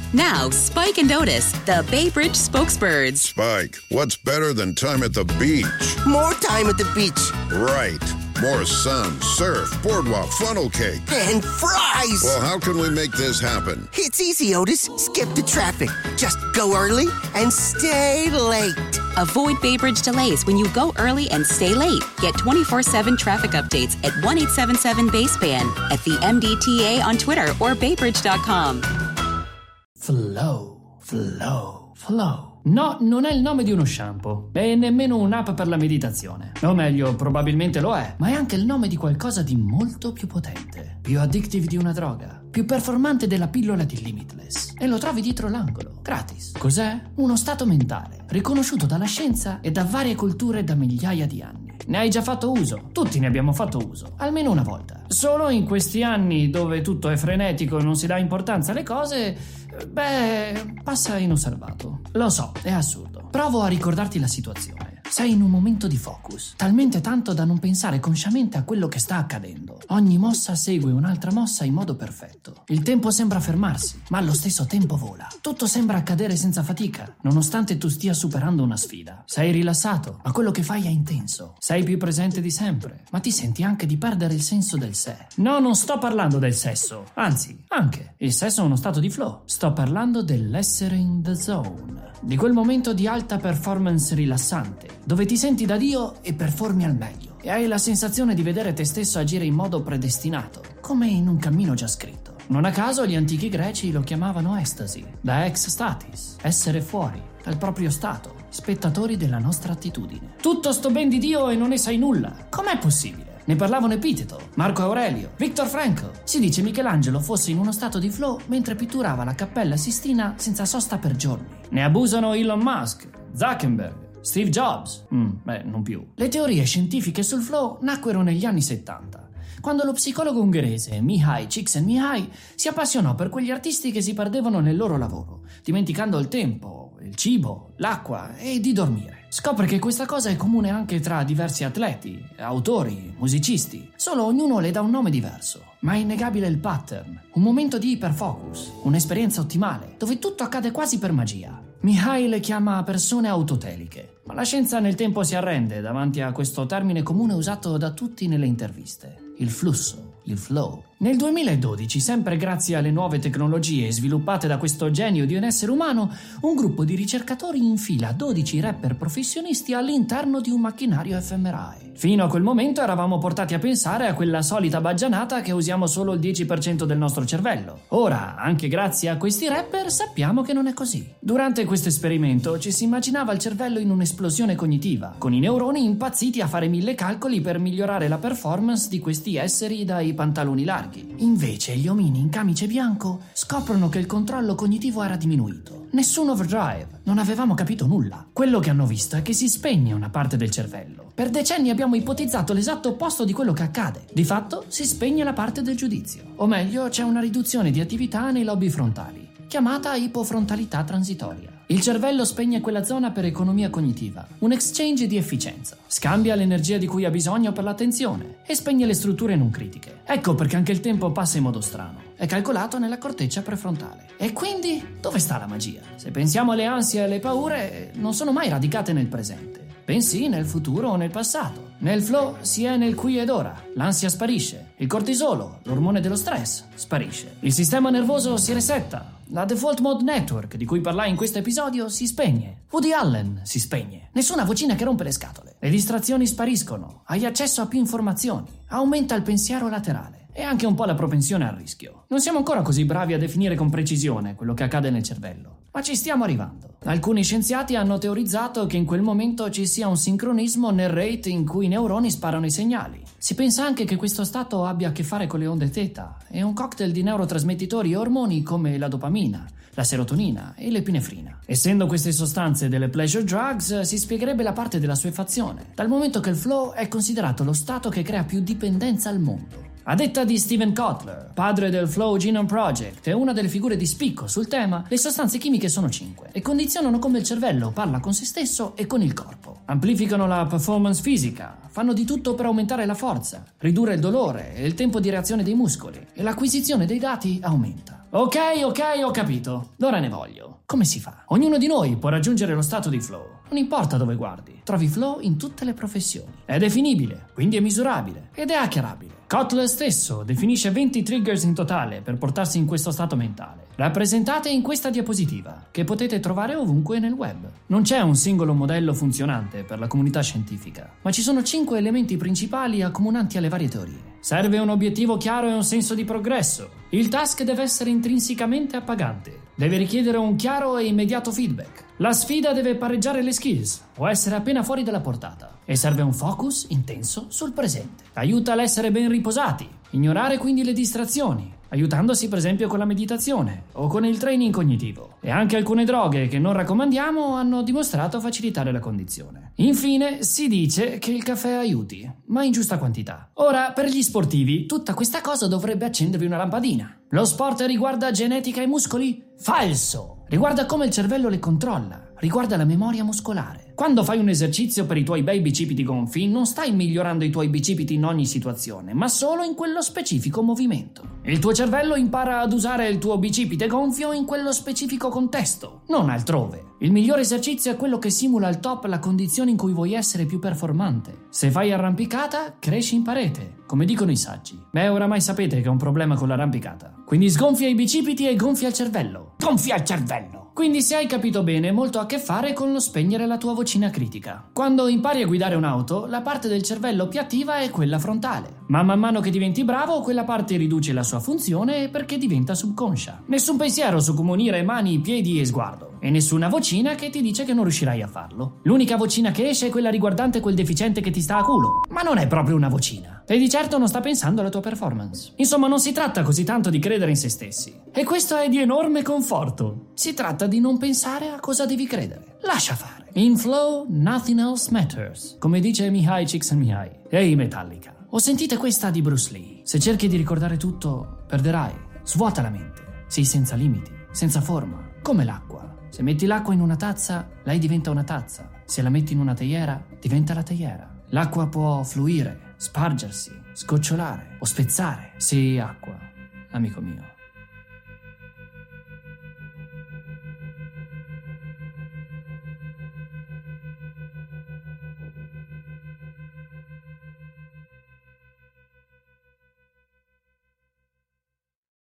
Now, Spike and Otis, the Bay Bridge Spokesbirds. Spike, what's better than time at the beach? More time at the beach. Right. More sun, surf, boardwalk, funnel cake. And fries! Well, how can we make this happen? It's easy, Otis. Skip the traffic. Just go early and stay late. Avoid Bay Bridge delays when you go early and stay late. Get 24/7 traffic updates at 1-877-BASEBAN, at the MDTA on Twitter or baybridge.com. Flow. No, non è il nome di uno shampoo e nemmeno un'app per la meditazione. O meglio, probabilmente lo è, ma è anche il nome di qualcosa di molto più potente, più addictive di una droga, più performante della pillola di Limitless. E lo trovi dietro l'angolo, gratis. Cos'è? Uno stato mentale, riconosciuto dalla scienza e da varie culture da migliaia di anni. Ne hai già fatto uso? Tutti ne abbiamo fatto uso, almeno una volta. Solo in questi anni dove tutto è frenetico e non si dà importanza alle cose, passa inosservato. Lo so, è assurdo. Provo a ricordarti la situazione. Sei in un momento di focus, talmente tanto da non pensare consciamente a quello che sta accadendo. Ogni mossa segue un'altra mossa in modo perfetto. Il tempo sembra fermarsi, ma allo stesso tempo vola. Tutto sembra accadere senza fatica, nonostante tu stia superando una sfida. Sei rilassato, ma quello che fai è intenso. Sei più presente di sempre, ma ti senti anche di perdere il senso del sé. No, non sto parlando del sesso, anzi, anche. Il sesso è uno stato di flow. Sto parlando dell'essere in the zone, di quel momento di alta performance rilassante, dove ti senti da Dio e performi al meglio e hai la sensazione di vedere te stesso agire in modo predestinato, come in un cammino già scritto. Non a caso gli antichi greci lo chiamavano estasi, da ex statis, essere fuori dal proprio stato, spettatori della nostra attitudine. Tutto sto ben di Dio e non ne sai nulla. Com'è possibile? Ne parlavano Epiteto, Marco Aurelio, Viktor Frankl. Si dice Michelangelo fosse in uno stato di flow mentre pitturava la Cappella Sistina senza sosta per giorni. Ne abusano Elon Musk, Zuckerberg, Steve Jobs. Non più. Le teorie scientifiche sul flow nacquero negli anni 70, quando lo psicologo ungherese Mihaly Csikszentmihalyi si appassionò per quegli artisti che si perdevano nel loro lavoro, dimenticando il tempo, il cibo, l'acqua e di dormire. Scopre che questa cosa è comune anche tra diversi atleti, autori, musicisti, solo ognuno le dà un nome diverso. Ma è innegabile il pattern, un momento di iperfocus, un'esperienza ottimale, dove tutto accade quasi per magia. Mihaly le chiama persone autoteliche, ma la scienza nel tempo si arrende davanti a questo termine comune usato da tutti nelle interviste: il flusso, il flow. Nel 2012, sempre grazie alle nuove tecnologie sviluppate da questo genio di un essere umano, un gruppo di ricercatori infila 12 rapper professionisti all'interno di un macchinario fMRI. Fino a quel momento eravamo portati a pensare a quella solita baggianata che usiamo solo il 10% del nostro cervello. Ora, anche grazie a questi rapper, sappiamo che non è così. Durante questo esperimento ci si immaginava il cervello in un'esplosione cognitiva, con i neuroni impazziti a fare 1000 calcoli per migliorare la performance di questi esseri dai pantaloni larghi. Invece gli omini in camice bianco scoprono che il controllo cognitivo era diminuito. Nessun overdrive, non avevamo capito nulla. Quello che hanno visto è che si spegne una parte del cervello. Per decenni abbiamo ipotizzato l'esatto opposto di quello che accade. Di fatto si spegne la parte del giudizio. O meglio, c'è una riduzione di attività nei lobi frontali, chiamata ipofrontalità transitoria. Il cervello spegne quella zona per economia cognitiva, un exchange di efficienza. Scambia l'energia di cui ha bisogno per l'attenzione e spegne le strutture non critiche. Ecco perché anche il tempo passa in modo strano. È calcolato nella corteccia prefrontale. E quindi, dove sta la magia? Se pensiamo alle ansie e alle paure, non sono mai radicate nel presente, bensì nel futuro o nel passato. Nel flow si è nel qui ed ora. L'ansia sparisce. Il cortisolo, l'ormone dello stress, sparisce. Il sistema nervoso si resetta. La default mode network, di cui parlai in questo episodio, si spegne. Woody Allen si spegne. Nessuna vocina che rompe le scatole. Le distrazioni spariscono. Hai accesso a più informazioni. Aumenta il pensiero laterale. E anche un po' la propensione al rischio. Non siamo ancora così bravi a definire con precisione quello che accade nel cervello, ma ci stiamo arrivando. Alcuni scienziati hanno teorizzato che in quel momento ci sia un sincronismo nel rate in cui i neuroni sparano i segnali. Si pensa anche che questo stato abbia a che fare con le onde theta e un cocktail di neurotrasmettitori e ormoni come la dopamina, la serotonina e l'epinefrina. Essendo queste sostanze delle pleasure drugs, si spiegherebbe la parte della suefazione, dal momento che il flow è considerato lo stato che crea più dipendenza al mondo. A detta di Steven Kotler, padre del Flow Genome Project e una delle figure di spicco sul tema, le sostanze chimiche sono 5 e condizionano come il cervello parla con se stesso e con il corpo. Amplificano la performance fisica, fanno di tutto per aumentare la forza, ridurre il dolore e il tempo di reazione dei muscoli, e l'acquisizione dei dati aumenta. Ok, ho capito. Ora ne voglio. Come si fa? Ognuno di noi può raggiungere lo stato di flow. Non importa dove guardi, trovi flow in tutte le professioni. È definibile, quindi è misurabile ed è hackerabile. Kotler stesso definisce 20 triggers in totale per portarsi in questo stato mentale, rappresentate in questa diapositiva, che potete trovare ovunque nel web. Non c'è un singolo modello funzionante per la comunità scientifica, ma ci sono 5 elementi principali accomunanti alle varie teorie. Serve un obiettivo chiaro e un senso di progresso. Il task deve essere intrinsecamente appagante. Deve richiedere un chiaro e immediato feedback. La sfida deve pareggiare le skills o essere appena fuori dalla portata. E serve un focus intenso sul presente. Aiuta all'essere ben riposati. Ignorare quindi le distrazioni, aiutandosi per esempio con la meditazione o con il training cognitivo. E anche alcune droghe che non raccomandiamo hanno dimostrato facilitare la condizione. Infine, si dice che il caffè aiuti, ma in giusta quantità. Ora, per gli sportivi, tutta questa cosa dovrebbe accendervi una lampadina. Lo sport riguarda genetica e muscoli? Falso! Riguarda come il cervello le controlla, riguarda la memoria muscolare. Quando fai un esercizio per i tuoi bei bicipiti gonfi, non stai migliorando i tuoi bicipiti in ogni situazione, ma solo in quello specifico movimento. Il tuo cervello impara ad usare il tuo bicipite gonfio in quello specifico contesto, non altrove. Il migliore esercizio è quello che simula al top la condizione in cui vuoi essere più performante. Se fai arrampicata, cresci in parete, come dicono i saggi. Beh, oramai sapete che ho un problema con l'arrampicata. Quindi sgonfia i bicipiti e gonfia il cervello. Gonfia il cervello! Quindi, se hai capito bene, molto ha a che fare con lo spegnere la tua vocina critica. Quando impari a guidare un'auto, la parte del cervello più attiva è quella frontale. Ma man mano che diventi bravo, quella parte riduce la sua funzione perché diventa subconscia. Nessun pensiero su come unire mani, piedi e sguardo. E nessuna vocina che ti dice che non riuscirai a farlo. L'unica vocina che esce è quella riguardante quel deficiente che ti sta a culo. Ma non è proprio una vocina. E di certo non sta pensando alla tua performance. Insomma, non si tratta così tanto di credere in se stessi. E questo è di enorme conforto. Si tratta di non pensare a cosa devi credere. Lascia fare. In flow, nothing else matters. Come dice Mihai Csikszentmihalyi. Ehi Metallica. O sentite questa di Bruce Lee. Se cerchi di ricordare tutto, perderai. Svuota la mente. Sii senza limiti, senza forma. Come l'acqua. Se metti l'acqua in una tazza, lei diventa una tazza. Se la metti in una teiera, diventa la teiera. L'acqua può fluire, spargersi, sgocciolare o spezzare. Sii acqua, amico mio.